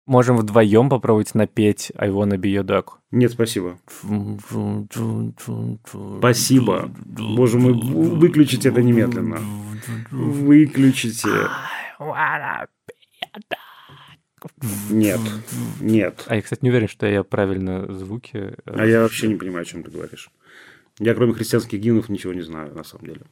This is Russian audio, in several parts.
Можем вдвоем попробовать напеть I wanna be your dog. Нет, спасибо. Спасибо. Боже мой, выключите это немедленно. Выключите. Нет, нет. А я, кстати, не уверен, что я правильно звуки... А я вообще не понимаю, о чем ты говоришь. Я, кроме христианских гимнов, ничего не знаю, на самом деле.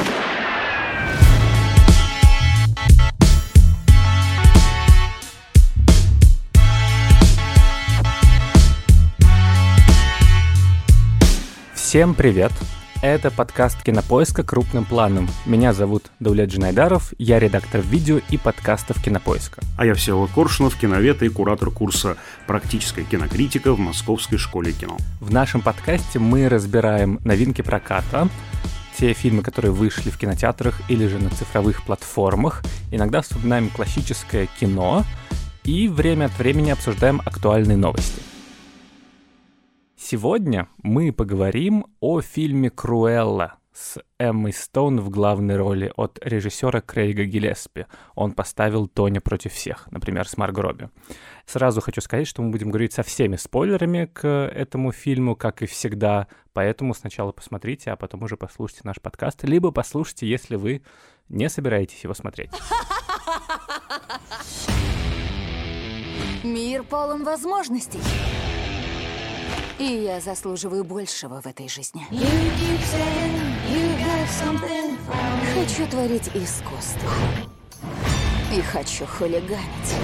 Всем привет! Это подкаст «Кинопоиска. Крупным планом». Меня зовут Даулет Джинайдаров, я редактор видео и подкастов «Кинопоиска». А я Всеволод Коршунов, киновед и куратор курса «Практическая кинокритика» в Московской школе кино. В нашем подкасте мы разбираем новинки проката, те фильмы, которые вышли в кинотеатрах или же на цифровых платформах, иногда вспоминаем классическое кино и время от времени обсуждаем актуальные новости. Сегодня мы поговорим о фильме «Круэлла» с Эммой Стоун в главной роли от режиссера Крейга Гиллеспи. Он поставил «Тоня против всех», например, с Марго Робби. Сразу хочу сказать, что мы будем говорить со всеми спойлерами к этому фильму, как и всегда, поэтому сначала посмотрите, а потом уже послушайте наш подкаст, либо послушайте, если вы не собираетесь его смотреть. Мир полон возможностей. И я заслуживаю большего в этой жизни. Хочу творить искусство. И хочу хулиганить.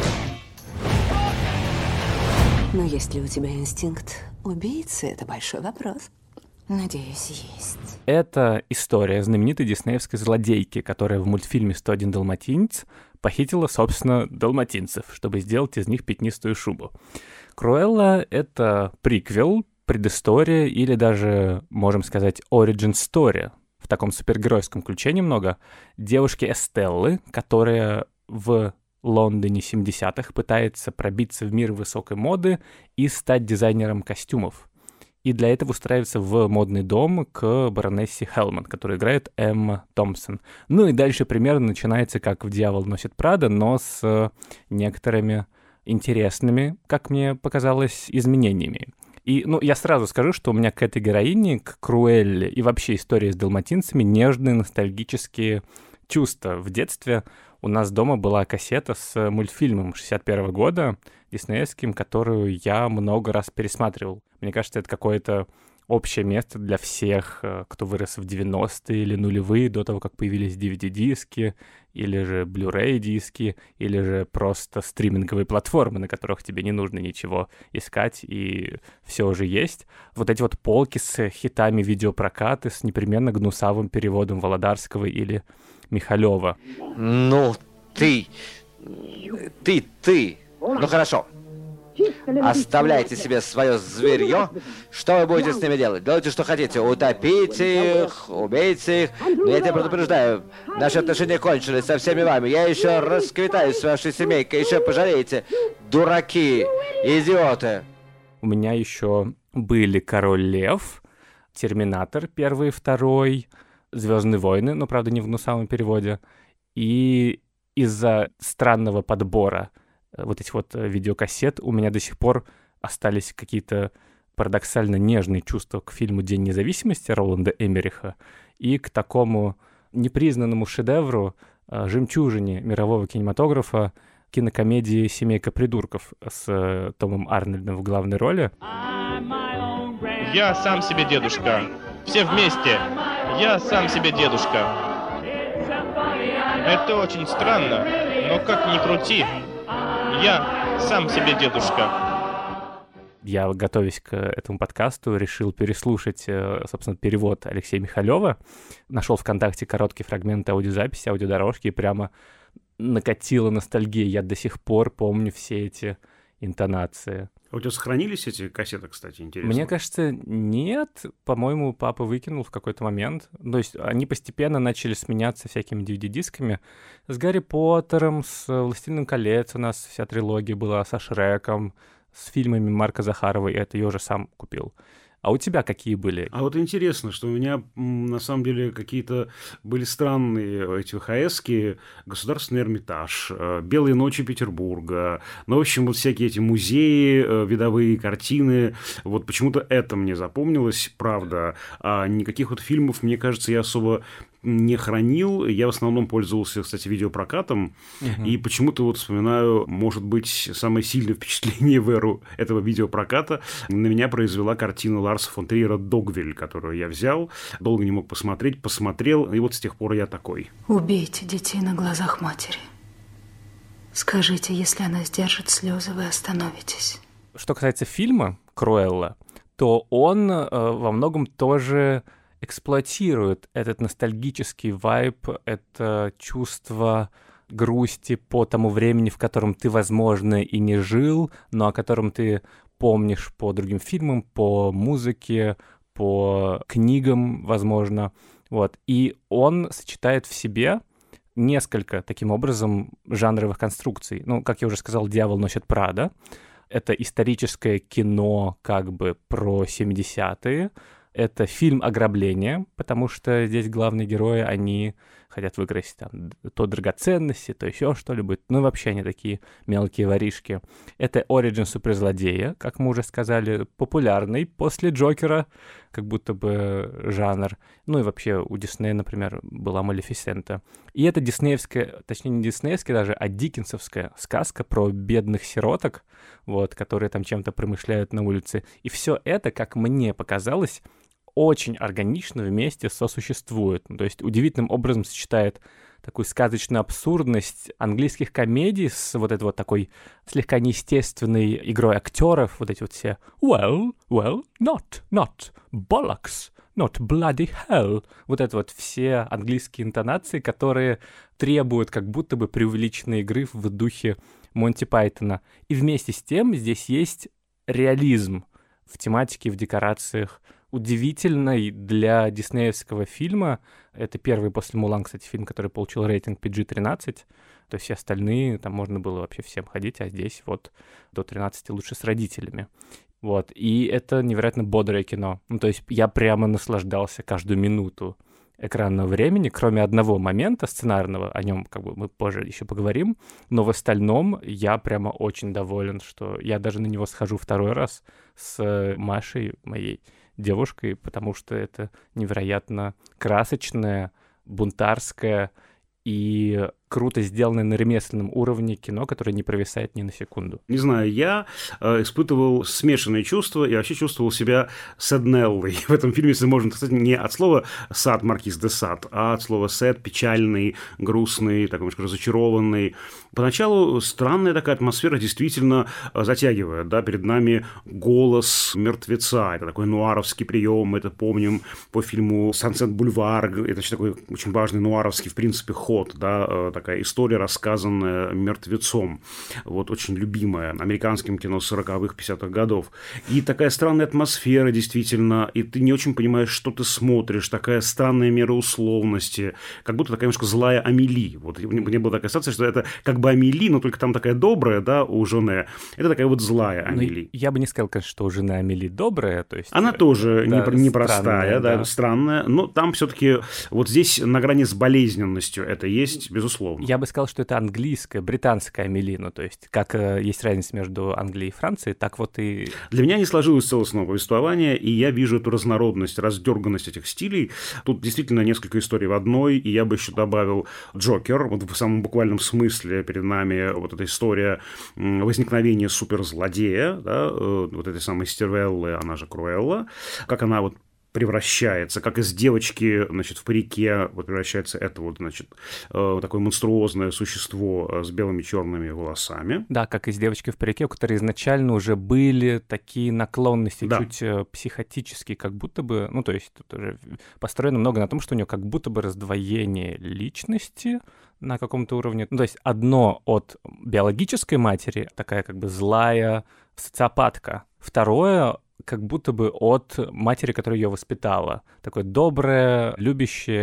Но есть ли у тебя инстинкт убийцы? Это большой вопрос. Надеюсь, есть. Это история знаменитой диснеевской злодейки, которая в мультфильме «101 далматинец» похитила, собственно, далматинцев, чтобы сделать из них пятнистую шубу. «Круэлла» — это приквел, предыстория или даже, можем сказать, origin story, в таком супергеройском ключе немного, девушки Эстеллы, которая в Лондоне 70-х пытается пробиться в мир высокой моды и стать дизайнером костюмов. И для этого устраивается в модный дом к баронессе Хелман, которую играет Эмма Томпсон. Ну и дальше примерно начинается, как в «Дьявол носит Прада», но с некоторыми интересными, как мне показалось, изменениями. И, я сразу скажу, что у меня к этой героине, к Круэлле и вообще истории с далматинцами нежные ностальгические чувства. В детстве у нас дома была кассета с мультфильмом 61 года, диснеевским, которую я много раз пересматривал. Мне кажется, это какое-то общее место для всех, кто вырос в 90-е или нулевые, до того, как появились DVD-диски, или же Blu-ray-диски, или же просто стриминговые платформы, на которых тебе не нужно ничего искать, и все уже есть. Вот эти вот полки с хитами видеопроката, с непременно гнусавым переводом Володарского или Михалева. Ну, ты. Ну, хорошо. Оставляйте себе свое зверье. Что вы будете с ними делать? Делайте, что хотите. Утопите их, убейте их. Но я тебя предупреждаю, наши отношения кончились со всеми вами. Я еще расквитаюсь с вашей семейкой. Еще пожалеете. Дураки, идиоты. У меня еще были «Король Лев», «Терминатор» 1 и 2, «Звездные войны», но, правда, не в гнусавом переводе. И из-за странного подбора вот этих вот видеокассет у меня до сих пор остались какие-то парадоксально нежные чувства к фильму «День независимости» Роланда Эммериха и к такому непризнанному шедевру, жемчужине мирового кинематографа, кинокомедии «Семейка придурков» с Томом Арнольдом в главной роли. Я сам себе дедушка. Все вместе. Я сам себе дедушка. Это очень странно, но как ни крути, я сам себе дедушка. Я, готовясь к этому подкасту, решил переслушать, собственно, перевод Алексея Михалева. Нашел ВКонтакте короткий фрагмент аудиозаписи, аудиодорожки, и прямо накатила ностальгия. Я до сих пор помню все эти интонации. А у тебя сохранились эти кассеты, кстати, интересно? Мне кажется, нет. По-моему, папа выкинул в какой-то момент. То есть они постепенно начали сменяться всякими DVD-дисками. С Гарри Поттером, с «Властелином колец» у нас вся трилогия была, со Шреком, с фильмами Марка Захарова, и это я уже сам купил. А у тебя какие были? А вот интересно, что у меня на самом деле какие-то были странные эти ВХСки, Государственный Эрмитаж, Белые ночи Петербурга, ну, в общем, вот всякие эти музеи, видовые картины, вот почему-то это мне запомнилось, правда, а никаких вот фильмов, мне кажется, я особо не хранил. Я в основном пользовался, кстати, видеопрокатом. И почему-то вот вспоминаю, может быть, самое сильное впечатление в эру этого видеопроката на меня произвела картина Ларса фон Триера «Догвиль», которую я взял, долго не мог посмотреть, посмотрел, и вот с тех пор я такой. Убейте детей на глазах матери. Скажите, если она сдержит слезы, вы остановитесь. Что касается фильма «Круэлла», то он во многом тоже эксплуатирует этот ностальгический вайб, это чувство грусти по тому времени, в котором ты, возможно, и не жил, но о котором ты помнишь по другим фильмам, по музыке, по книгам, возможно. Вот. И он сочетает в себе несколько, таким образом, жанровых конструкций. Ну, как я уже сказал, «Дьявол носит Прада». Это историческое кино как бы про 70-е. Это фильм ограбления, потому что здесь главные герои, они хотят выиграть там то драгоценности, то еще что-нибудь. Ну, вообще они такие мелкие воришки. Это оригин суперзлодея, как мы уже сказали, популярный после Джокера, как будто бы жанр. Ну и вообще у Диснея, например, была Малефисента. И это диснеевская, точнее не диснеевская даже, а диккенсовская сказка про бедных сироток, вот, которые там чем-то промышляют на улице. И все это, как мне показалось, очень органично вместе сосуществует. То есть удивительным образом сочетает такую сказочную абсурдность английских комедий с вот этой вот такой слегка неестественной игрой актеров, вот эти вот все well, not, bollocks, not bloody hell. Вот это вот все английские интонации, которые требуют как будто бы преувеличенной игры в духе Монти Пайтона. И вместе с тем здесь есть реализм в тематике, в декорациях, удивительный для диснеевского фильма. Это первый после «Мулан», кстати, фильм, который получил рейтинг PG-13. То есть все остальные, там можно было вообще всем ходить, а здесь вот до 13 лучше с родителями. Вот, и это невероятно бодрое кино. Ну, то есть я прямо наслаждался каждую минуту экранного времени, кроме одного момента сценарного, о нем как бы мы позже еще поговорим, но в остальном я прямо очень доволен, что я даже на него схожу второй раз с Машей, моей девушкой, потому что это невероятно красочное, бунтарское и круто сделанное на ремесленном уровне кино, которое не провисает ни на секунду. Не знаю, я испытывал смешанные чувства и вообще чувствовал себя сэднеллой в этом фильме, если можно сказать, не от слова «сад» Маркиз де Сад, а от слова «сэд» печальный, грустный, такой немножко разочарованный. Поначалу странная такая атмосфера действительно затягивает, да, перед нами голос мертвеца, это такой нуаровский прием, это помним по фильму «Сансет Бульвар», это вообще такой очень важный нуаровский, в принципе, ход, да, такая история, рассказанная мертвецом, вот очень любимая американским кино 40-х, 50-х годов. И такая странная атмосфера, действительно, и ты не очень понимаешь, что ты смотришь, такая странная мера условности, как будто такая немножко злая Амели. Вот мне была такая ассоциация, что это как бы Амели, но только там такая добрая, да, у Жене. Это такая вот злая Амели. Я бы не сказал, конечно, что у жены Амели добрая, то есть... Она тоже да, непростая, странная, да, странная, но там все-таки вот здесь на грани с болезненностью это есть, безусловно. Я бы сказал, что это английская, британская Амели, ну, то есть как есть разница между Англией и Францией, так вот и... Для меня не сложилось целостного повествования, и я вижу эту разнородность, раздерганность этих стилей. Тут действительно несколько историй в одной, и я бы еще добавил Джокер, вот в самом буквальном смысле перед нами вот эта история возникновения суперзлодея, да, вот этой самой Стервеллы, она же Круэлла, как она вот превращается, как из девочки, значит, в парике вот превращается это вот, значит, такое монструозное существо с белыми черными волосами. Да, как из девочки в парике, у которой изначально уже были такие наклонности, да, чуть психотические, как будто бы, ну, то есть тут уже построено много на том, что у нее как будто бы раздвоение личности на каком-то уровне. Ну, то есть одно от биологической матери, такая как бы злая социопатка, второе как будто бы от матери, которая ее воспитала. Такое доброе, любящее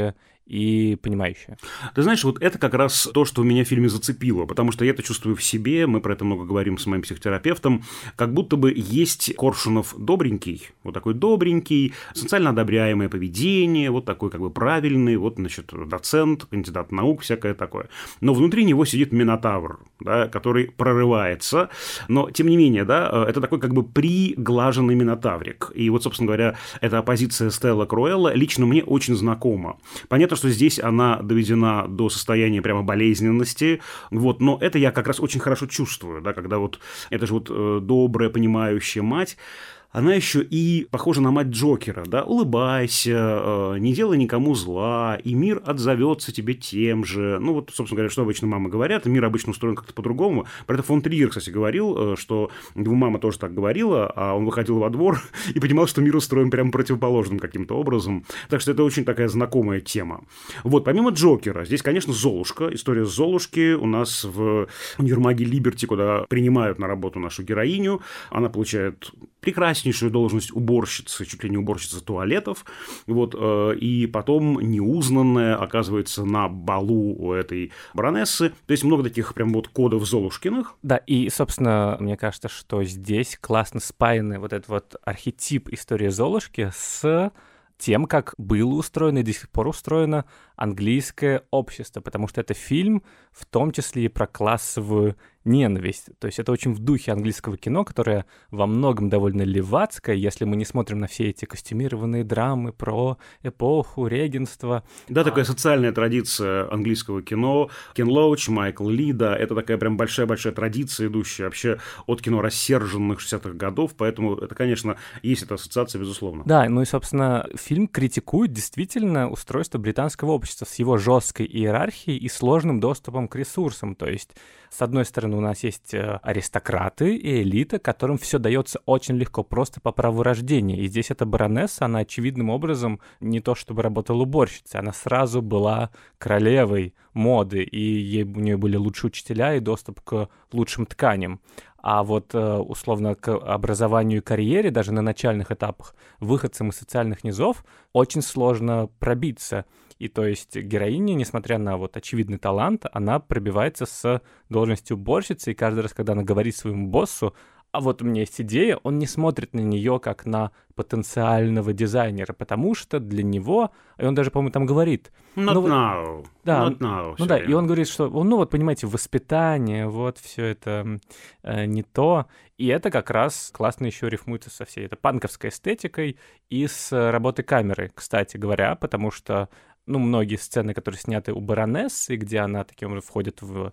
и понимающая. Ты знаешь, вот это как раз то, что меня в фильме зацепило, потому что я это чувствую в себе, мы про это много говорим с моим психотерапевтом, как будто бы есть Коршунов добренький, вот такой добренький, социально одобряемое поведение, вот такой как бы правильный, вот, значит, доцент, кандидат наук, всякое такое. Но внутри него сидит Минотавр, да, который прорывается, но, тем не менее, да, это такой как бы приглаженный Минотаврик. И вот, собственно говоря, эта оппозиция Стелла Круэлла лично мне очень знакома. Понятно, что здесь она доведена до состояния прямо болезненности, вот, но это я как раз очень хорошо чувствую, да, когда вот это же вот добрая, понимающая мать, она еще и похожа на мать Джокера, да, улыбайся, не делай никому зла, и мир отзовется тебе тем же. Ну, вот, собственно говоря, что обычно мамы говорят, мир обычно устроен как-то по-другому. Про это фон Триер, кстати, говорил, что его мама тоже так говорила, а он выходил во двор и понимал, что мир устроен прямо противоположным каким-то образом. Так что это очень такая знакомая тема. Вот, помимо Джокера, здесь, конечно, Золушка, история Золушки у нас в универмаге Либерти, куда принимают на работу нашу героиню, она получает прекраснейшую должность уборщицы, чуть ли не уборщицы туалетов, вот, и потом неузнанная оказывается на балу у этой баронессы. То есть много таких прям вот кодов Золушкиных. Да, и, собственно, мне кажется, что здесь классно спаяны вот этот вот архетип истории Золушки с тем, как было устроено и до сих пор устроено английское общество, потому что это фильм в том числе и про классовую ненависть. То есть это очень в духе английского кино, которое во многом довольно левацкое, если мы не смотрим на все эти костюмированные драмы про эпоху регенства. Да, такая социальная традиция английского кино. Кен Лоуч, Майкл Ли, да, это такая прям большая-большая традиция, идущая вообще от кино рассерженных 60-х годов, поэтому это, конечно, есть эта ассоциация, безусловно. Да, ну и, собственно, фильм критикует действительно устройство британского общества с его жесткой иерархией и сложным доступом к ресурсам. То есть, с одной стороны, у нас есть аристократы и элита, которым все дается очень легко, просто по праву рождения. И здесь эта баронесса, она очевидным образом не то чтобы работала уборщицей, она сразу была королевой моды, и у нее были лучшие учителя и доступ к лучшим тканям. А вот, условно, к образованию и карьере, даже на начальных этапах, выходцам из социальных низов очень сложно пробиться. И то есть героиня, несмотря на вот очевидный талант, она пробивается с должности уборщицы, и каждый раз, когда она говорит своему боссу, а вот у меня есть идея, он не смотрит на нее как на потенциального дизайнера, потому что для него, и он даже, по-моему, там говорит... Not now. Да, Not now, ну да, и он говорит, что, ну вот, понимаете, воспитание, вот все это не то. И это как раз классно еще рифмуется со всей этой панковской эстетикой и с работой камеры, кстати говоря, потому что ну, многие сцены, которые сняты у баронессы, где она таким образом входит в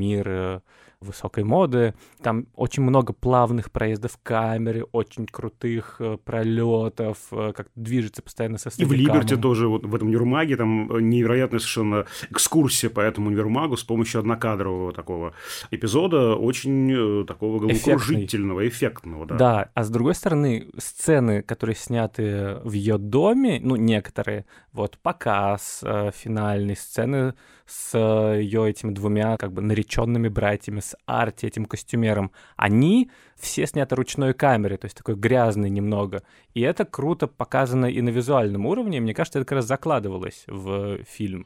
мир высокой моды, там очень много плавных проездов камеры, очень крутых пролетов, как движется постоянно со стадикамом. И в Либерти тоже, вот в этом универмаге, там невероятная совершенно экскурсия по этому универмагу с помощью однокадрового такого эпизода, очень такого головокружительного, эффектного. Да. Да, а с другой стороны, сцены, которые сняты в ее доме, ну, некоторые, вот показ финальной сцены с ее этими двумя как бы нареченными братьями, с Арти, этим костюмером, они все сняты ручной камерой, то есть такой грязный немного. И это круто показано и на визуальном уровне, и мне кажется, это как раз закладывалось в фильм.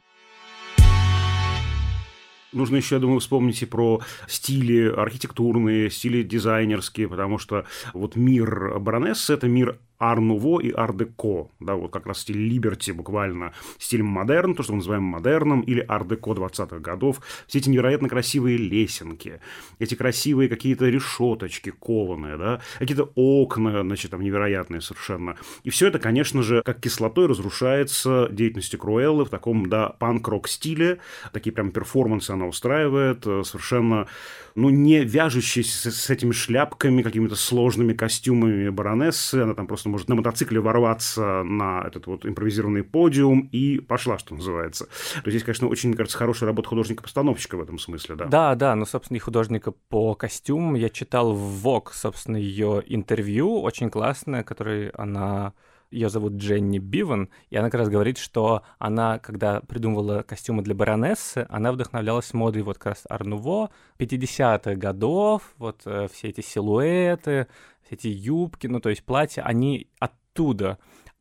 Нужно еще, я думаю, вспомнить и про стили архитектурные, стили дизайнерские, потому что вот мир баронессы – это мир ар-нуво и ар-деко, да, вот как раз стиль Либерти, буквально стиль модерн, то, что мы называем модерном, или ар-деко 20-х годов, все эти невероятно красивые лесенки, эти красивые какие-то решеточки кованые, да, какие-то окна, значит, там невероятные совершенно. И все это, конечно же, как кислотой разрушается деятельностью Круэллы в таком, да, панк-рок стиле, такие прям перформансы она устраивает, совершенно, ну, не вяжущиеся с этими шляпками, какими-то сложными костюмами баронессы, она там просто может на мотоцикле ворваться на этот вот импровизированный подиум и пошла, что называется. То есть здесь, конечно, очень, мне кажется, хорошая работа художника-постановщика в этом смысле, да. Да, ну, собственно, и художника по костюмам. Я читал в Vogue, собственно, ее интервью, очень классное, которое она... Ее зовут Дженни Биван, и она как раз говорит, что она, когда придумывала костюмы для баронессы, она вдохновлялась модой вот как раз ар-нуво 50-х годов, вот все эти силуэты, все эти юбки, ну то есть платья, они оттуда.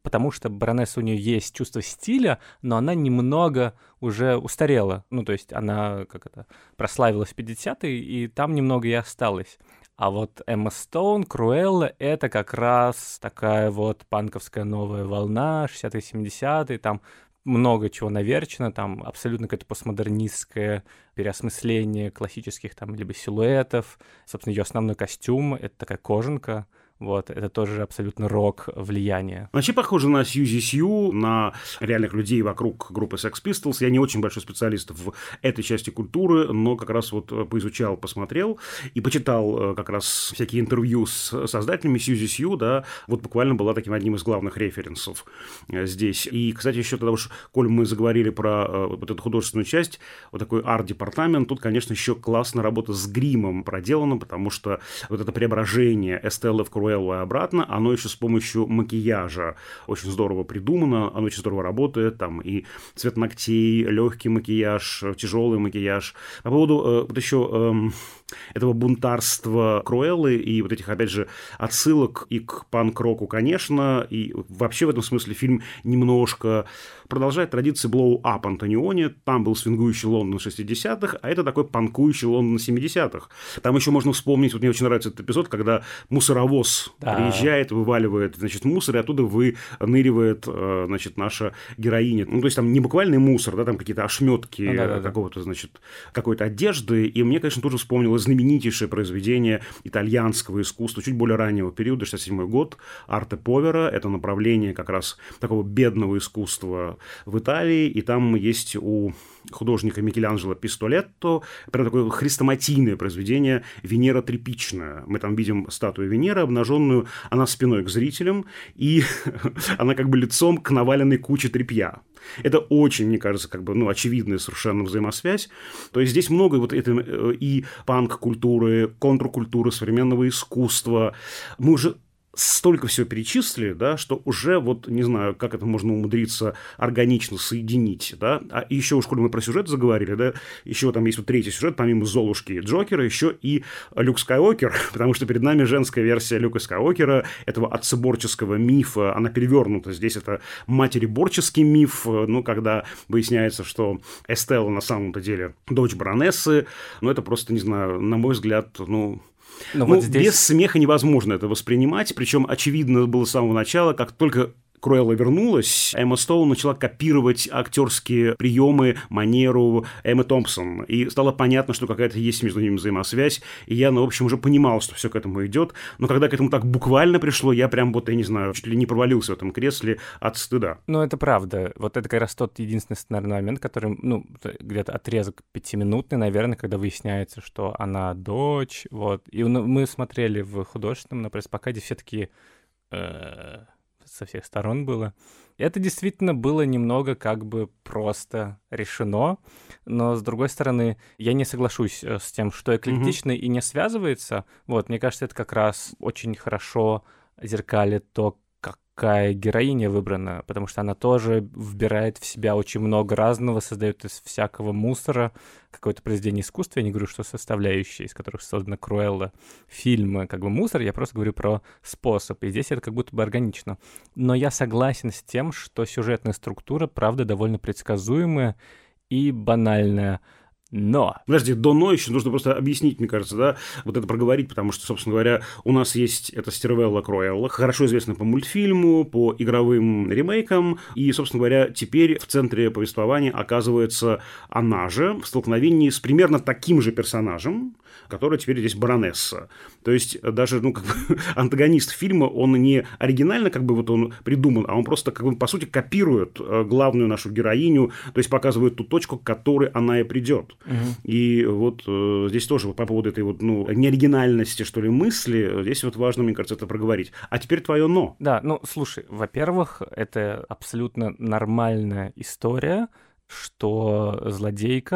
потому что баронесса, у нее есть чувство стиля, но она немного уже устарела. Ну, то есть она, прославилась в 50-е, и там немного и осталась. А вот Эмма Стоун, Круэлла — это как раз такая вот панковская новая волна, 60-е, 70-е, там много чего наверчено, там абсолютно какое-то постмодернистское переосмысление классических там либо силуэтов. Собственно, ее основной костюм — это такая кожанка. Вот, это тоже абсолютно рок влияние. Вообще похоже на Сьюзи Сью, на реальных людей вокруг группы Sex Pistols. Я не очень большой специалист в этой части культуры, но как раз вот поизучал, посмотрел и почитал как раз всякие интервью с создателями Сьюзи Сью, да, вот буквально была таким одним из главных референсов здесь. И, кстати, еще тогда уж, коль мы заговорили про вот эту художественную часть, вот такой арт-департамент, тут, конечно, еще классная работа с гримом проделана, потому что вот это преображение Эстеллы в Круэллу и обратно, оно еще с помощью макияжа очень здорово придумано, оно очень здорово работает, там и цвет ногтей, легкий макияж, тяжелый макияж. По поводу вот еще этого бунтарства Круэллы и вот этих, опять же, отсылок и к панк-року, конечно, и вообще в этом смысле фильм немножко продолжает традиции blow-up Антониони. Там был свингующий Лондон 60-х, а это такой панкующий Лондон 70-х. Там еще можно вспомнить, вот мне очень нравится этот эпизод, когда мусоровоз приезжает, вываливает, значит, мусор, и оттуда выныривает, значит, наша героиня. Ну, то есть там не буквальный мусор, да, там какие-то ошметки какого-то, значит, какой-то одежды. И мне, конечно, тоже вспомнилось знаменитейшее произведение итальянского искусства чуть более раннего периода, 67-й год, Арте Повера. Это направление как раз такого бедного искусства в Италии, и там есть у художника Микеланджело Пистолетто прям такое хрестоматийное произведение «Венера тряпичная». Мы там видим статую Венеры обнаженную, она спиной к зрителям, и она как бы лицом к наваленной куче тряпья. Это очень, мне кажется, как бы, очевидная совершенно взаимосвязь. То есть здесь много вот этой и панк-культуры, контркультуры, современного искусства. Мы уже столько всего перечислили, да, что уже вот не знаю, как это можно умудриться органично соединить, да, а еще уж, коли мы про сюжет заговорили, да, еще там есть вот третий сюжет, помимо Золушки и Джокера, еще и Люк Скайуокер, потому что перед нами женская версия Люка Скайуокера, этого отцеборческого мифа, она перевернута, здесь это матереборческий миф, когда выясняется, что Эстелла на самом-то деле дочь баронессы, это просто, не знаю, на мой взгляд, вот здесь... Без смеха невозможно это воспринимать, причем очевидно было с самого начала, как только Круэлла вернулась, Эмма Стоун начала копировать актерские приемы, манеру Эммы Томпсон. И стало понятно, что какая-то есть между ними взаимосвязь. И я, в общем, уже понимал, что все к этому идет. Но когда к этому так буквально пришло, я прям я не знаю, чуть ли не провалился в этом кресле от стыда. Это правда. Вот это как раз тот единственный сценарный момент, который, где-то отрезок 5-минутный, наверное, когда выясняется, что она дочь. Вот. И мы смотрели в художественном на пресс-покаде, все такие... со всех сторон было. Это действительно было немного как бы просто решено, но, с другой стороны, я не соглашусь с тем, что эклектично и не связывается. Вот, мне кажется, это как раз очень хорошо зеркалит то, какая героиня выбрана, потому что она тоже вбирает в себя очень много разного, создает из всякого мусора какое-то произведение искусства. Я не говорю, что составляющие, из которых создана Круэлла, фильмы, как бы мусор, я просто говорю про способ, и здесь это как будто бы органично. Но я согласен с тем, что сюжетная структура, правда, довольно предсказуемая и банальная. Но... Подожди, до «но» еще нужно просто объяснить, мне кажется, да, вот это проговорить, потому что, собственно говоря, у нас есть эта Стервелла Круэлла, хорошо известна по мультфильму, по игровым ремейкам, и, собственно говоря, теперь в центре повествования оказывается она же в столкновении с примерно таким же персонажем, который теперь здесь баронесса. То есть даже, антагонист фильма, он не оригинально он придуман, а он просто, по сути, копирует главную нашу героиню, то есть показывает ту точку, к которой она и придет. И вот здесь тоже по поводу этой неоригинальности, что ли, мысли, здесь важно, мне кажется, это проговорить. А теперь твое «но». Да, слушай, во-первых, это абсолютно нормальная история, что злодейка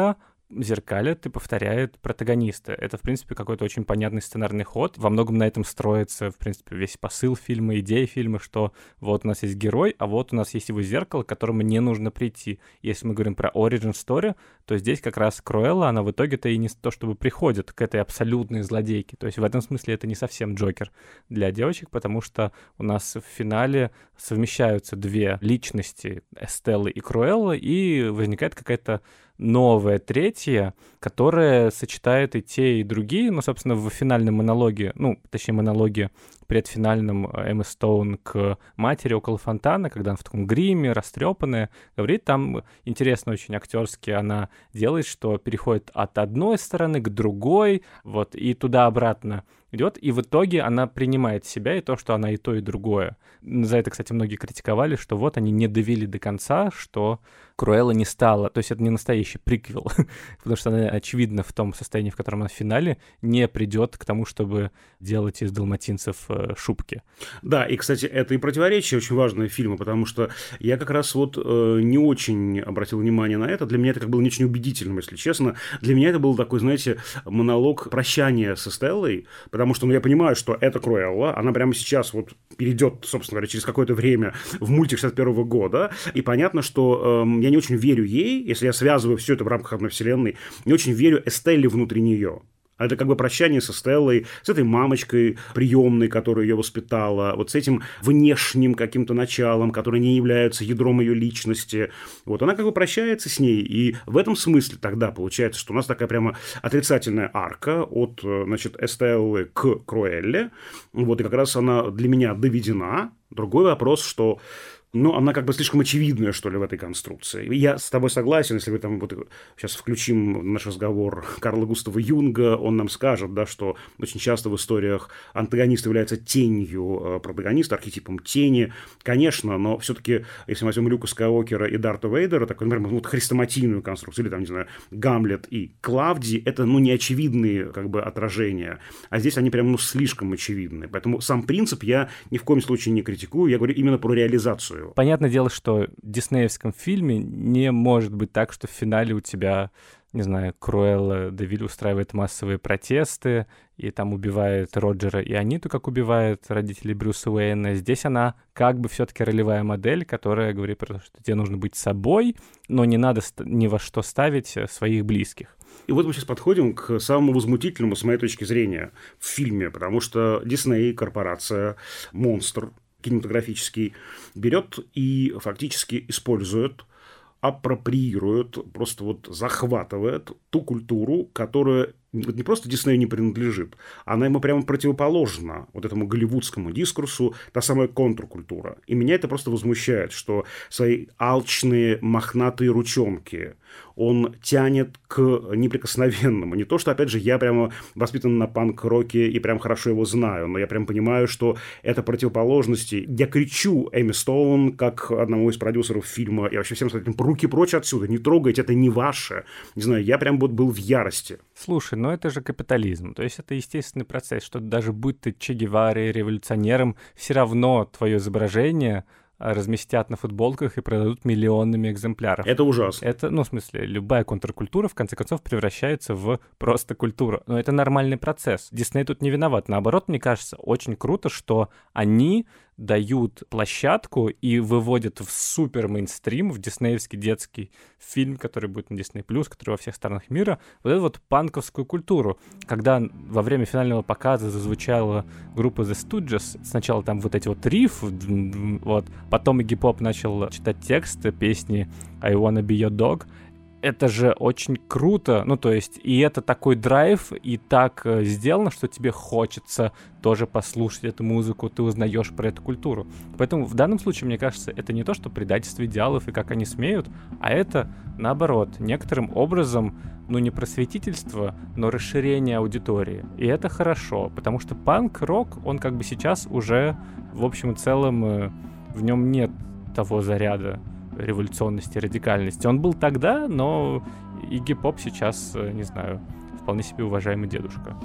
зеркалит и повторяет протагониста. Это, в принципе, какой-то очень понятный сценарный ход. Во многом на этом строится, в принципе, весь посыл фильма, идея фильма, что вот у нас есть герой, а вот у нас есть его зеркало, к которому не нужно прийти. Если мы говорим про origin story, то здесь как раз Круэлла, она в итоге-то и не то чтобы приходит к этой абсолютной злодейке. То есть в этом смысле это не совсем Джокер для девочек, потому что у нас в финале совмещаются две личности, Эстеллы и Круэллы, и возникает какая-то новая третья, которая сочетает и те, и другие. Ну, собственно, в финальном монологе, точнее, монологе предфинальном Эммы Стоун к матери около фонтана, когда она в таком гриме, растрепанная, говорит, там интересно очень актерски она делает, что переходит от одной стороны к другой, вот, и туда-обратно идет, и в итоге она принимает себя и то, что она и то, и другое. За это, кстати, многие критиковали, что вот они не довели до конца, что Круэлла не стала, то есть это не настоящий приквел, потому что она, очевидно, в том состоянии, в котором она в финале, не придет к тому, чтобы делать из далматинцев шубки. Да, и, кстати, это и противоречие очень важное фильма, потому что я как раз вот не очень обратил внимание на это. Для меня это как было не очень убедительным, если честно. Для меня это был такой, знаете, монолог прощания со Стеллой, потому что, я понимаю, что это Круэлла, она прямо сейчас вот перейдет, собственно говоря, через какое-то время в мультик 61 года, и понятно, что я не очень верю ей, если я связываю все это в рамках одной вселенной, не очень верю Эстелле внутри нее. Это как бы прощание со Стеллой, с этой мамочкой приемной, которая ее воспитала, вот с этим внешним каким-то началом, которое не является ядром ее личности. Вот она как бы прощается с ней. И в этом смысле тогда получается, что у нас такая прямо отрицательная арка от, значит, Эстеллы к Круэлле. Вот, и как раз она для меня доведена. Другой вопрос, что она как бы слишком очевидная, что ли, в этой конструкции. Я с тобой согласен, если мы там вот сейчас включим в наш разговор Карла Густава Юнга, он нам скажет, да, что очень часто в историях антагонист является тенью протагониста, архетипом тени. Конечно, но все-таки, если мы возьмем Люка Скайуокера и Дарта Вейдера, такой, например, вот хрестоматийную конструкцию, или там, не знаю, Гамлет и Клавдий, это, неочевидные как бы отражения. А здесь они прям, слишком очевидны. Поэтому сам принцип я ни в коем случае не критикую, я говорю именно про реализацию. Понятное дело, что в диснеевском фильме не может быть так, что в финале у тебя, не знаю, Круэлла де Виль устраивает массовые протесты и там убивает Роджера и Аниту, как убивает родителей Брюса Уэйна. Здесь она как бы все-таки ролевая модель, которая говорит про то, что тебе нужно быть собой, но не надо ни во что ставить своих близких. И вот мы сейчас подходим к самому возмутительному, с моей точки зрения, в фильме, потому что Дисней, корпорация, монстр кинематографический, берет и фактически использует, апроприирует, просто вот захватывает ту культуру, которая не просто Диснею не принадлежит, она ему прямо противоположна, вот этому голливудскому дискурсу, та самая контркультура. И меня это просто возмущает, что свои алчные мохнатые ручонки он тянет к неприкосновенному. Не то, что, опять же, я прямо воспитан на панк-роке и прям хорошо его знаю, но я прям понимаю, что это противоположности. Я кричу Эмми Стоун, как одному из продюсеров фильма, и вообще всем сказать, руки прочь отсюда, не трогайте, это не ваше. Не знаю, я прям вот был в ярости. Слушай, это же капитализм. То есть это естественный процесс, что даже будь ты Че Геварой, революционером, все равно твое изображение разместят на футболках и продадут миллионными экземпляров. Это ужасно. Это, в смысле, любая контркультура, в конце концов, превращается в просто культуру. Но это нормальный процесс. Дисней тут не виноват. Наоборот, мне кажется, очень круто, что они дают площадку и выводят в супер мейнстрим, в диснеевский детский фильм, который будет на Disney+, который во всех странах мира, вот эту вот панковскую культуру. Когда во время финального показа зазвучала группа The Stooges, сначала там вот эти вот рифы, вот, потом Игги Поп начал читать тексты песни I Wanna Be Your Dog. Это же очень круто, то есть, и это такой драйв, и так сделано, что тебе хочется тоже послушать эту музыку, ты узнаешь про эту культуру. Поэтому в данном случае, мне кажется, это не то, что предательство идеалов и как они смеют, а это, наоборот, некоторым образом, не просветительство, но расширение аудитории. И это хорошо, потому что панк-рок, он как бы сейчас уже, в общем и целом, в нем нет того заряда революционности, радикальности. Он был тогда, но Игги Поп сейчас, не знаю, вполне себе уважаемый дедушка.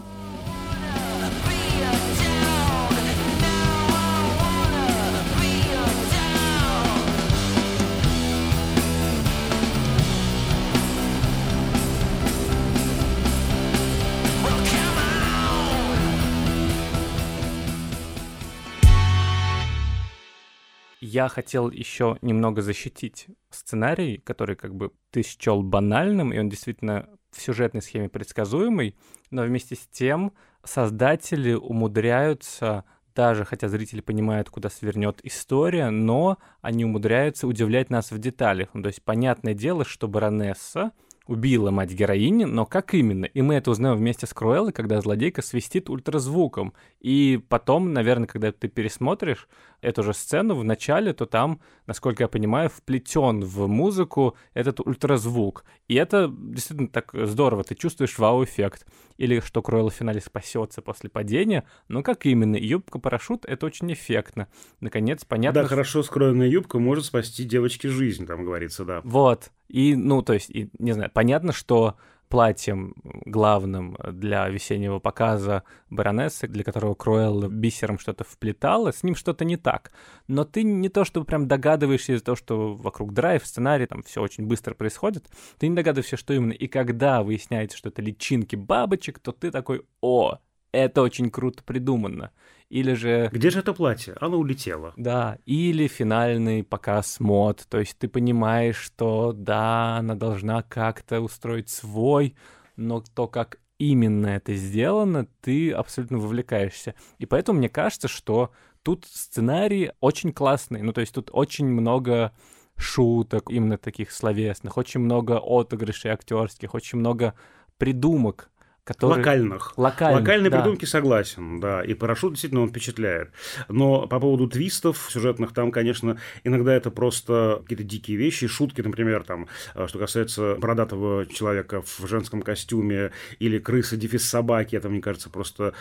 Я хотел еще немного защитить сценарий, который как бы ты счел банальным, и он действительно в сюжетной схеме предсказуемый, но вместе с тем создатели умудряются, даже хотя зрители понимают, куда свернет история, но они умудряются удивлять нас в деталях. Ну, то есть понятное дело, что баронесса убила мать героини, но как именно? И мы это узнаем вместе с Круэллой, когда злодейка свистит ультразвуком. И потом, наверное, когда ты пересмотришь эту же сцену в начале, то там, насколько я понимаю, вплетен в музыку этот ультразвук. И это действительно так здорово, ты чувствуешь вау-эффект. Или что Круэлла в финале спасется после падения, но как именно? Юбка-парашют — это очень эффектно. Наконец, понятно... Да, хорошо скроенная юбка может спасти девочке жизнь, там говорится, да. Вот. И, ну, то есть, не знаю, понятно, что платьем главным для весеннего показа баронессы, для которого Круэлла бисером что-то вплетала, с ним что-то не так. Но ты не то, что прям догадываешься из-за того, что вокруг драйв, сценарий, там все очень быстро происходит, ты не догадываешься, что именно. И когда выясняется, что это личинки бабочек, то ты такой: о, это очень круто придумано. Или же... Где же это платье? Оно улетело. Да, или финальный показ мод. То есть ты понимаешь, что да, она должна как-то устроить свой, но то, как именно это сделано, ты абсолютно вовлекаешься. И поэтому мне кажется, что тут сценарий очень классный. Ну, то есть тут очень много шуток, именно таких словесных, очень много отыгрышей актерских, очень много придумок, которые... Локальные да. придумки, согласен, да, и парашют действительно он впечатляет. Но по поводу твистов сюжетных, там, конечно, иногда это просто какие-то дикие вещи, шутки, например, там, что касается бородатого человека в женском костюме или крысы-собаки, это, мне кажется, просто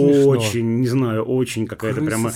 очень не знаю, очень какая-то прямо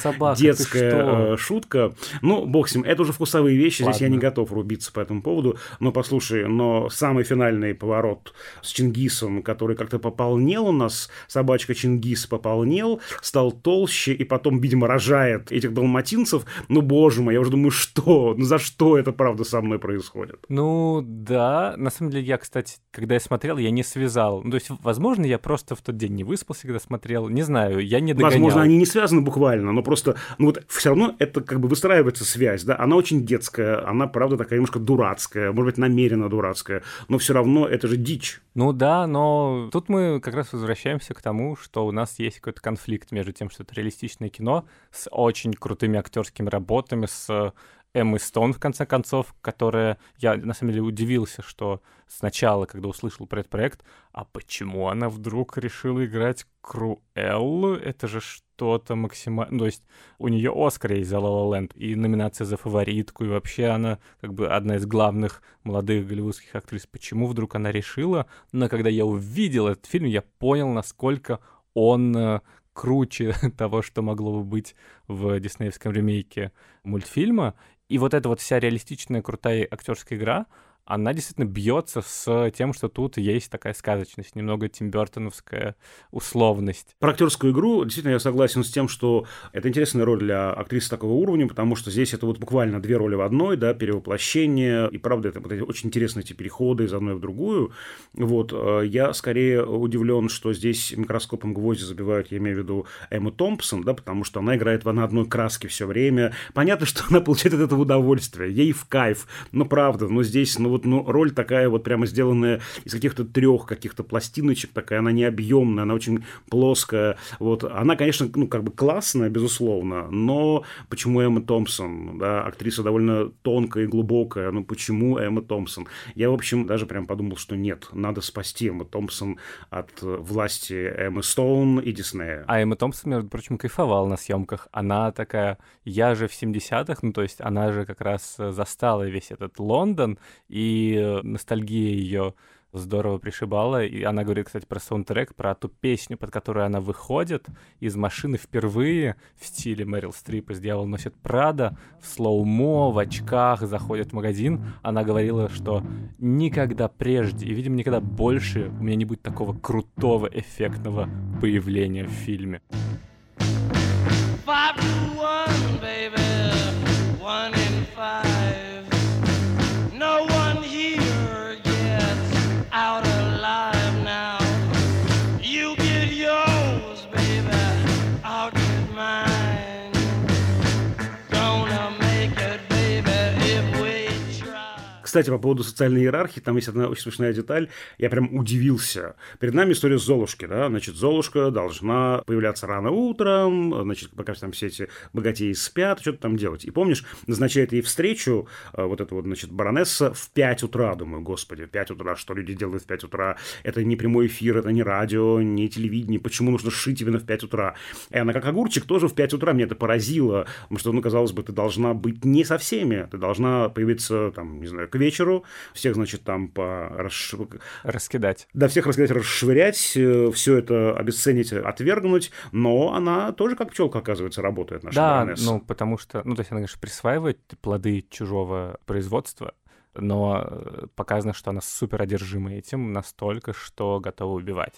детская шутка. Ну, бог с ним, это уже вкусовые вещи, здесь я не готов рубиться по этому поводу, но послушай, но самый финальный поворот с Чингисом, который как-то пополнел у нас, собачка Чингис пополнел, стал толще и потом, видимо, рожает этих далматинцев. Ну, боже мой, я уже думаю, что? Ну, за что это, правда, со мной происходит? Ну, да. На самом деле, я, кстати, когда я смотрел, я не связал. Ну, то есть, возможно, я просто в тот день не выспался, когда смотрел. Не знаю, я не догонял. Возможно, они не связаны буквально, но просто, ну, вот все равно это как бы выстраивается связь, да? Она очень детская, она, правда, такая немножко дурацкая, может быть, намеренно дурацкая, но все равно это же дичь. Ну да, но тут мы как раз возвращаемся к тому, что у нас есть какой-то конфликт между тем, что это реалистичное кино с очень крутыми актерскими работами, с Эммой Стоун, в конце концов, которая... Я, на самом деле, удивился, что сначала, когда услышал про этот проект, а почему она вдруг решила играть Круэллу? Это же что-то максимально... Ну, то есть у нее Оскар есть за La La Land и номинация за фаворитку, и вообще она как бы одна из главных молодых голливудских актрис. Почему вдруг она решила? Но когда я увидел этот фильм, я понял, насколько он... круче того, что могло бы быть в диснеевском ремейке мультфильма. И вот эта вот вся реалистичная, крутая актерская игра, она действительно бьется с тем, что тут есть такая сказочность, немного тимбёртоновская условность. Про актерскую игру действительно я согласен с тем, что это интересная роль для актрисы такого уровня, потому что здесь это вот буквально две роли в одной, да, перевоплощение, и правда это очень интересные эти переходы из одной в другую. Вот, я скорее удивлен, что здесь микроскопом гвозди забивают, я имею в виду Эмму Томпсон, да, потому что она играет на одной краске все время. Понятно, что она получает от этого удовольствие, ей в кайф, но правда, но здесь, роль такая вот прямо сделанная из каких-то трех каких-то пластиночек, такая, она не объемная, она очень плоская. Вот. Она, конечно, как бы классная, безусловно, но почему Эмма Томпсон? Да, актриса довольно тонкая и глубокая, но почему Эмма Томпсон? Я, в общем, даже прям подумал, что нет, надо спасти Эмму Томпсон от власти Эммы Стоун и Диснея. А Эмма Томпсон, между прочим, кайфовала на съемках. Она такая, я же в 70-х, ну, то есть она же как раз застала весь этот Лондон, и ностальгия ее здорово пришибала. И она говорит, кстати, про саундтрек, про ту песню, под которую она выходит из машины впервые в стиле Мэрил Стрип из «Дьявол носит Прада», в слоумо, в очках, заходит в магазин. Она говорила, что никогда прежде, и, видимо, никогда больше у меня не будет такого крутого, эффектного появления в фильме. 5 to 1, baby. 1 in 5. No one here gets out alive now. You get yours, baby, I'll get mine. Gonna make it Кстати, по поводу социальной иерархии, там есть одна очень смешная деталь. Я прям удивился. Перед нами история Золушки, да, значит, Золушка должна появляться рано утром, значит, пока там все эти богатеи спят, что-то там делать. И помнишь, назначает ей встречу вот эта вот, значит, баронесса в 5 утра. Думаю, господи, в 5 утра, что люди делают в 5 утра? Это не прямой эфир, это не радио, не телевидение. Почему нужно шить именно в 5 утра? И она как огурчик тоже в 5 утра. Меня это поразило, потому что, ну, казалось бы, ты должна быть не со всеми. Ты должна появиться, там, не знаю, к вечеру, всех, значит, там раскидать. Да, всех раскидать, расшвырять, все это обесценить, отвергнуть, но она тоже как пчелка, оказывается, работает, наша баронесса. Да, ну, потому что, ну, то есть она, конечно, присваивает плоды чужого производства, но показано, что она супер одержима этим настолько, что готова убивать.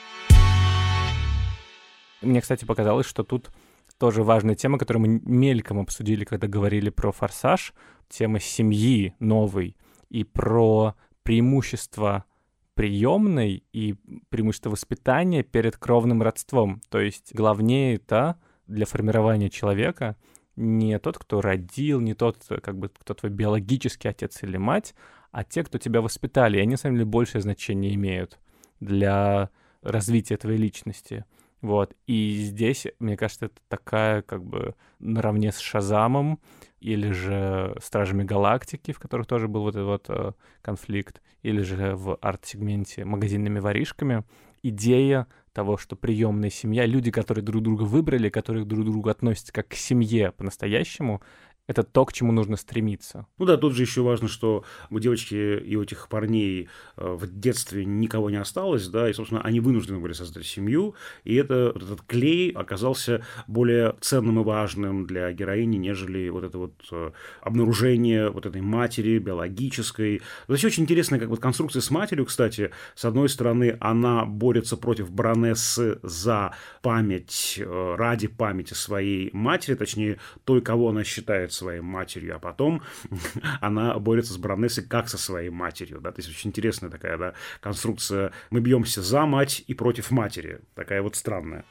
Мне, кстати, показалось, что тут тоже важная тема, которую мы мельком обсудили, когда говорили про «Форсаж», тема семьи новой и про преимущество приемной и преимущество воспитания перед кровным родством. То есть главнее это для формирования человека не тот, кто родил, не тот, как бы, кто твой биологический отец или мать, а те, кто тебя воспитали. И они, на самом деле, большее значение имеют для развития твоей личности. Вот. И здесь, мне кажется, это такая, как бы, наравне с «Шазамом» или же «Стражами Галактики», в которых тоже был вот этот вот конфликт, или же в арт-сегменте «Магазинными воришками», идея того, что приемная семья, люди, которые друг друга выбрали, которые друг к другу относятся как к семье по-настоящему, это то, к чему нужно стремиться. Ну да, тут же еще важно, что у девочки и у этих парней в детстве никого не осталось, да, и, собственно, они вынуждены были создать семью, и этот клей оказался более ценным и важным для героини, нежели вот это вот обнаружение вот этой матери биологической. Здесь очень интересная как бы конструкция с матерью, кстати. С одной стороны, она борется против баронессы за память, ради памяти своей матери, точнее, той, кого она считает своей матерью, а потом она борется с баронессой как со своей матерью, да, то есть очень интересная такая, да, конструкция. Мы бьемся за мать и против матери, такая вот странная.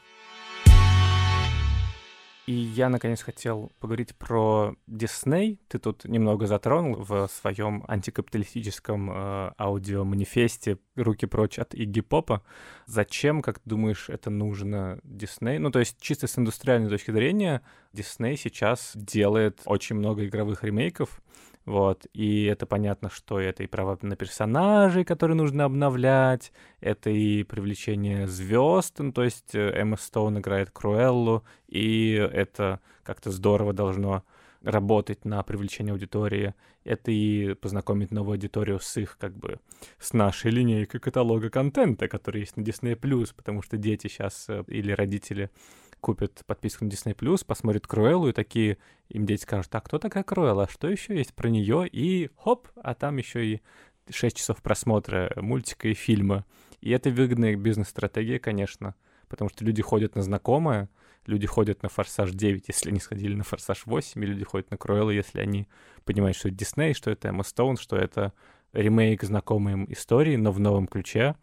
И я, наконец, хотел поговорить про Дисней. Ты тут немного затронул в своем антикапиталистическом аудиоманифесте «Руки прочь от Игги Попа». Зачем, как ты думаешь, это нужно Дисней? Ну, то есть чисто с индустриальной точки зрения Дисней сейчас делает очень много игровых ремейков. Вот, и это понятно, что это и права на персонажей, которые нужно обновлять, это и привлечение звезд, ну, то есть Эмма Стоун играет Круэллу, и это как-то здорово должно работать на привлечение аудитории, это и познакомить новую аудиторию с их, как бы, с нашей линейкой каталога контента, который есть на Disney+, потому что дети сейчас или родители купят подписку на Disney+, посмотрят Круэллу, и такие, им дети скажут: а кто такая Круэлла, что еще есть про нее? И хоп, а там еще и 6 часов просмотра мультика и фильма. И это выгодная бизнес-стратегия, конечно, потому что люди ходят на знакомое, люди ходят на «Форсаж 9», если они сходили на «Форсаж 8», и люди ходят на Круэллу, если они понимают, что это Дисней, что это Эмма Стоун, что это ремейк знакомой им истории, но в новом ключе.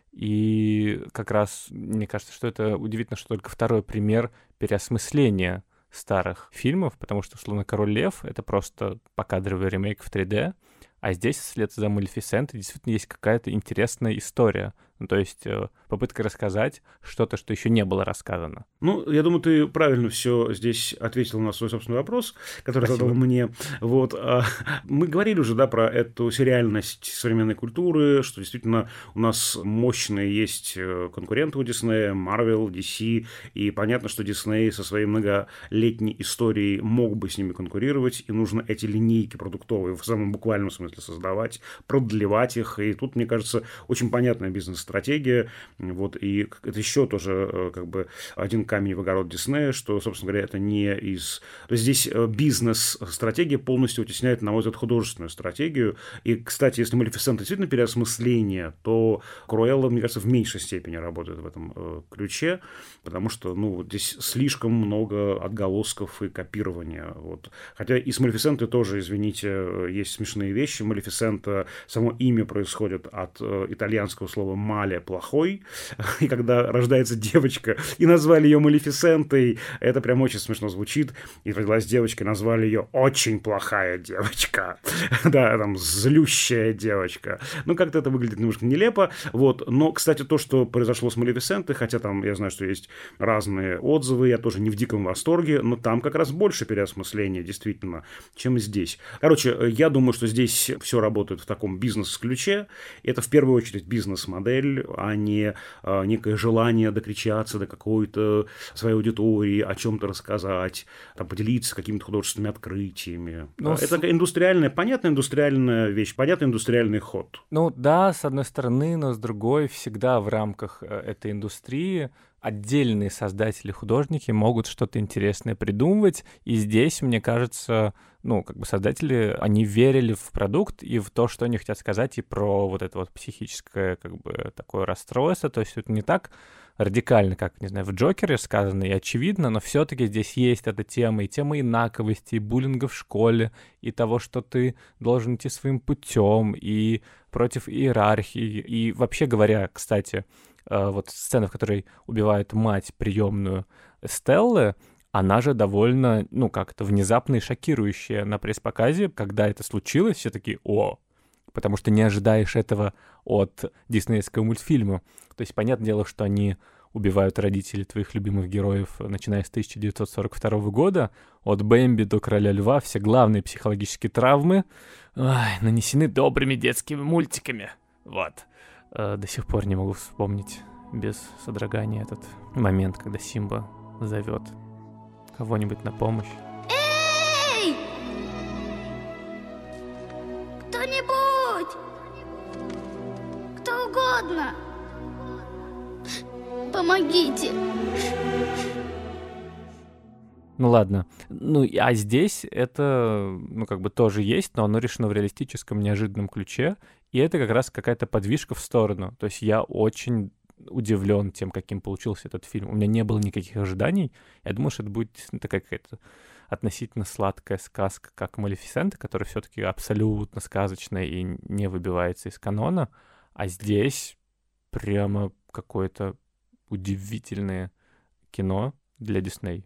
И как раз мне кажется, что это удивительно, что только второй пример переосмысления старых фильмов, потому что, условно, «Король Лев» — это просто покадровый ремейк в 3D, а здесь, вслед за «Малефисентой», действительно есть какая-то интересная история. Ну, то есть попытка рассказать что-то, что еще не было рассказано. Ну, я думаю, ты правильно все здесь ответил на свой собственный вопрос, который задал мне. Вот. Мы говорили уже, да, про эту сериальность современной культуры, что действительно у нас мощные есть конкуренты у Диснея, Marvel, DC, и понятно, что Дисней со своей многолетней историей мог бы с ними конкурировать, и нужно эти линейки продуктовые в самом буквальном смысле создавать, продлевать их, и тут, мне кажется, очень понятная бизнес-стратегия. Вот, и это еще тоже как бы один камень в огород Диснея, что, собственно говоря, это не из... То есть здесь бизнес-стратегия полностью вытесняет, на мой взгляд, художественную стратегию. И, кстати, если «Малефисента» действительно переосмысление, то Круэлла, мне кажется, в меньшей степени работает в этом ключе, потому что, ну, здесь слишком много отголосков и копирования. Вот. Хотя и с «Малефисентой» тоже, извините, есть смешные вещи. «Малефисента», само имя происходит от итальянского слова Маля плохой, и когда рождается девочка, и назвали ее Малефисентой, это прям очень смешно звучит, и родилась девочка, и назвали ее очень плохая девочка, да, там, злющая девочка. Ну, как-то это выглядит немножко нелепо, вот, но, кстати, то, что произошло с Малефисентой, хотя там, я знаю, что есть разные отзывы, я тоже не в диком восторге, но там как раз больше переосмысления, действительно, чем здесь. Короче, я думаю, что здесь все работает в таком бизнес-ключе. Это в первую очередь бизнес-модель, а не некое желание докричаться до какой-то своей аудитории, о чем-то рассказать, там, поделиться какими-то художественными открытиями. Ну, это индустриальная, понятная индустриальная вещь, понятный индустриальный ход. Ну да, с одной стороны, но с другой всегда в рамках этой индустрии отдельные создатели, художники могут что-то интересное придумывать, и здесь, мне кажется, ну, как бы создатели, они верили в продукт и в то, что они хотят сказать, и про вот это вот психическое, как бы, такое расстройство, то есть это не так радикально, как, не знаю, в «Джокере» сказано и очевидно, но все-таки здесь есть эта тема, и тема инаковости, и буллинга в школе, и того, что ты должен идти своим путем, и против иерархии, и вообще говоря, кстати, вот сцена, в которой убивают мать приемную Стеллы, она же довольно, ну, как-то внезапно и шокирующая на пресс-показе. Когда это случилось, все такие «О!», потому что не ожидаешь этого от диснеевского мультфильма. То есть, понятное дело, что они убивают родителей твоих любимых героев, начиная с 1942 года. От Бэмби до Короля Льва все главные психологические травмы нанесены добрыми детскими мультиками. Вот. До сих пор не могу вспомнить без содрогания этот момент, когда Симба зовет кого-нибудь на помощь. Эй! Кто-нибудь! Кто угодно! Помогите! Ну ладно. Ну, а здесь это, ну, как бы тоже есть, но оно решено в реалистическом, неожиданном ключе. И это как раз какая-то подвижка в сторону. То есть я очень удивлен тем, каким получился этот фильм. У меня не было никаких ожиданий. Я думал, что это будет такая какая-то относительно сладкая сказка, как «Малефисента», которая все-таки абсолютно сказочная и не выбивается из канона. А здесь прямо какое-то удивительное кино для Дисней.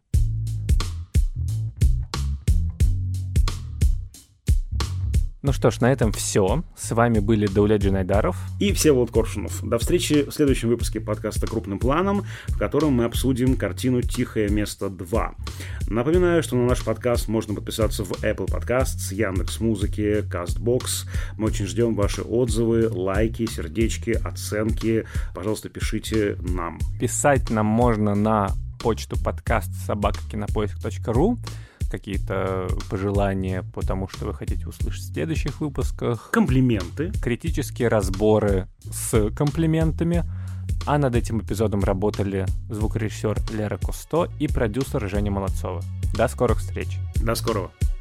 Ну что ж, на этом все. С вами были Даулет Джинайдаров и Всеволод Коршунов. До встречи в следующем выпуске подкаста «Крупным планом», в котором мы обсудим картину «Тихое место 2». Напоминаю, что на наш подкаст можно подписаться в Apple Podcasts, Яндекс.Музыке, Castbox. Мы очень ждем ваши отзывы, лайки, сердечки, оценки. Пожалуйста, пишите нам. Писать нам можно на почту podcast@kinopoisk.ru. Какие-то пожелания по тому, что вы хотите услышать в следующих выпусках. Комплименты. Критические разборы с комплиментами. А над этим эпизодом работали звукорежиссер Лера Кусто и продюсер Женя Молодцова. До скорых встреч. До скорого.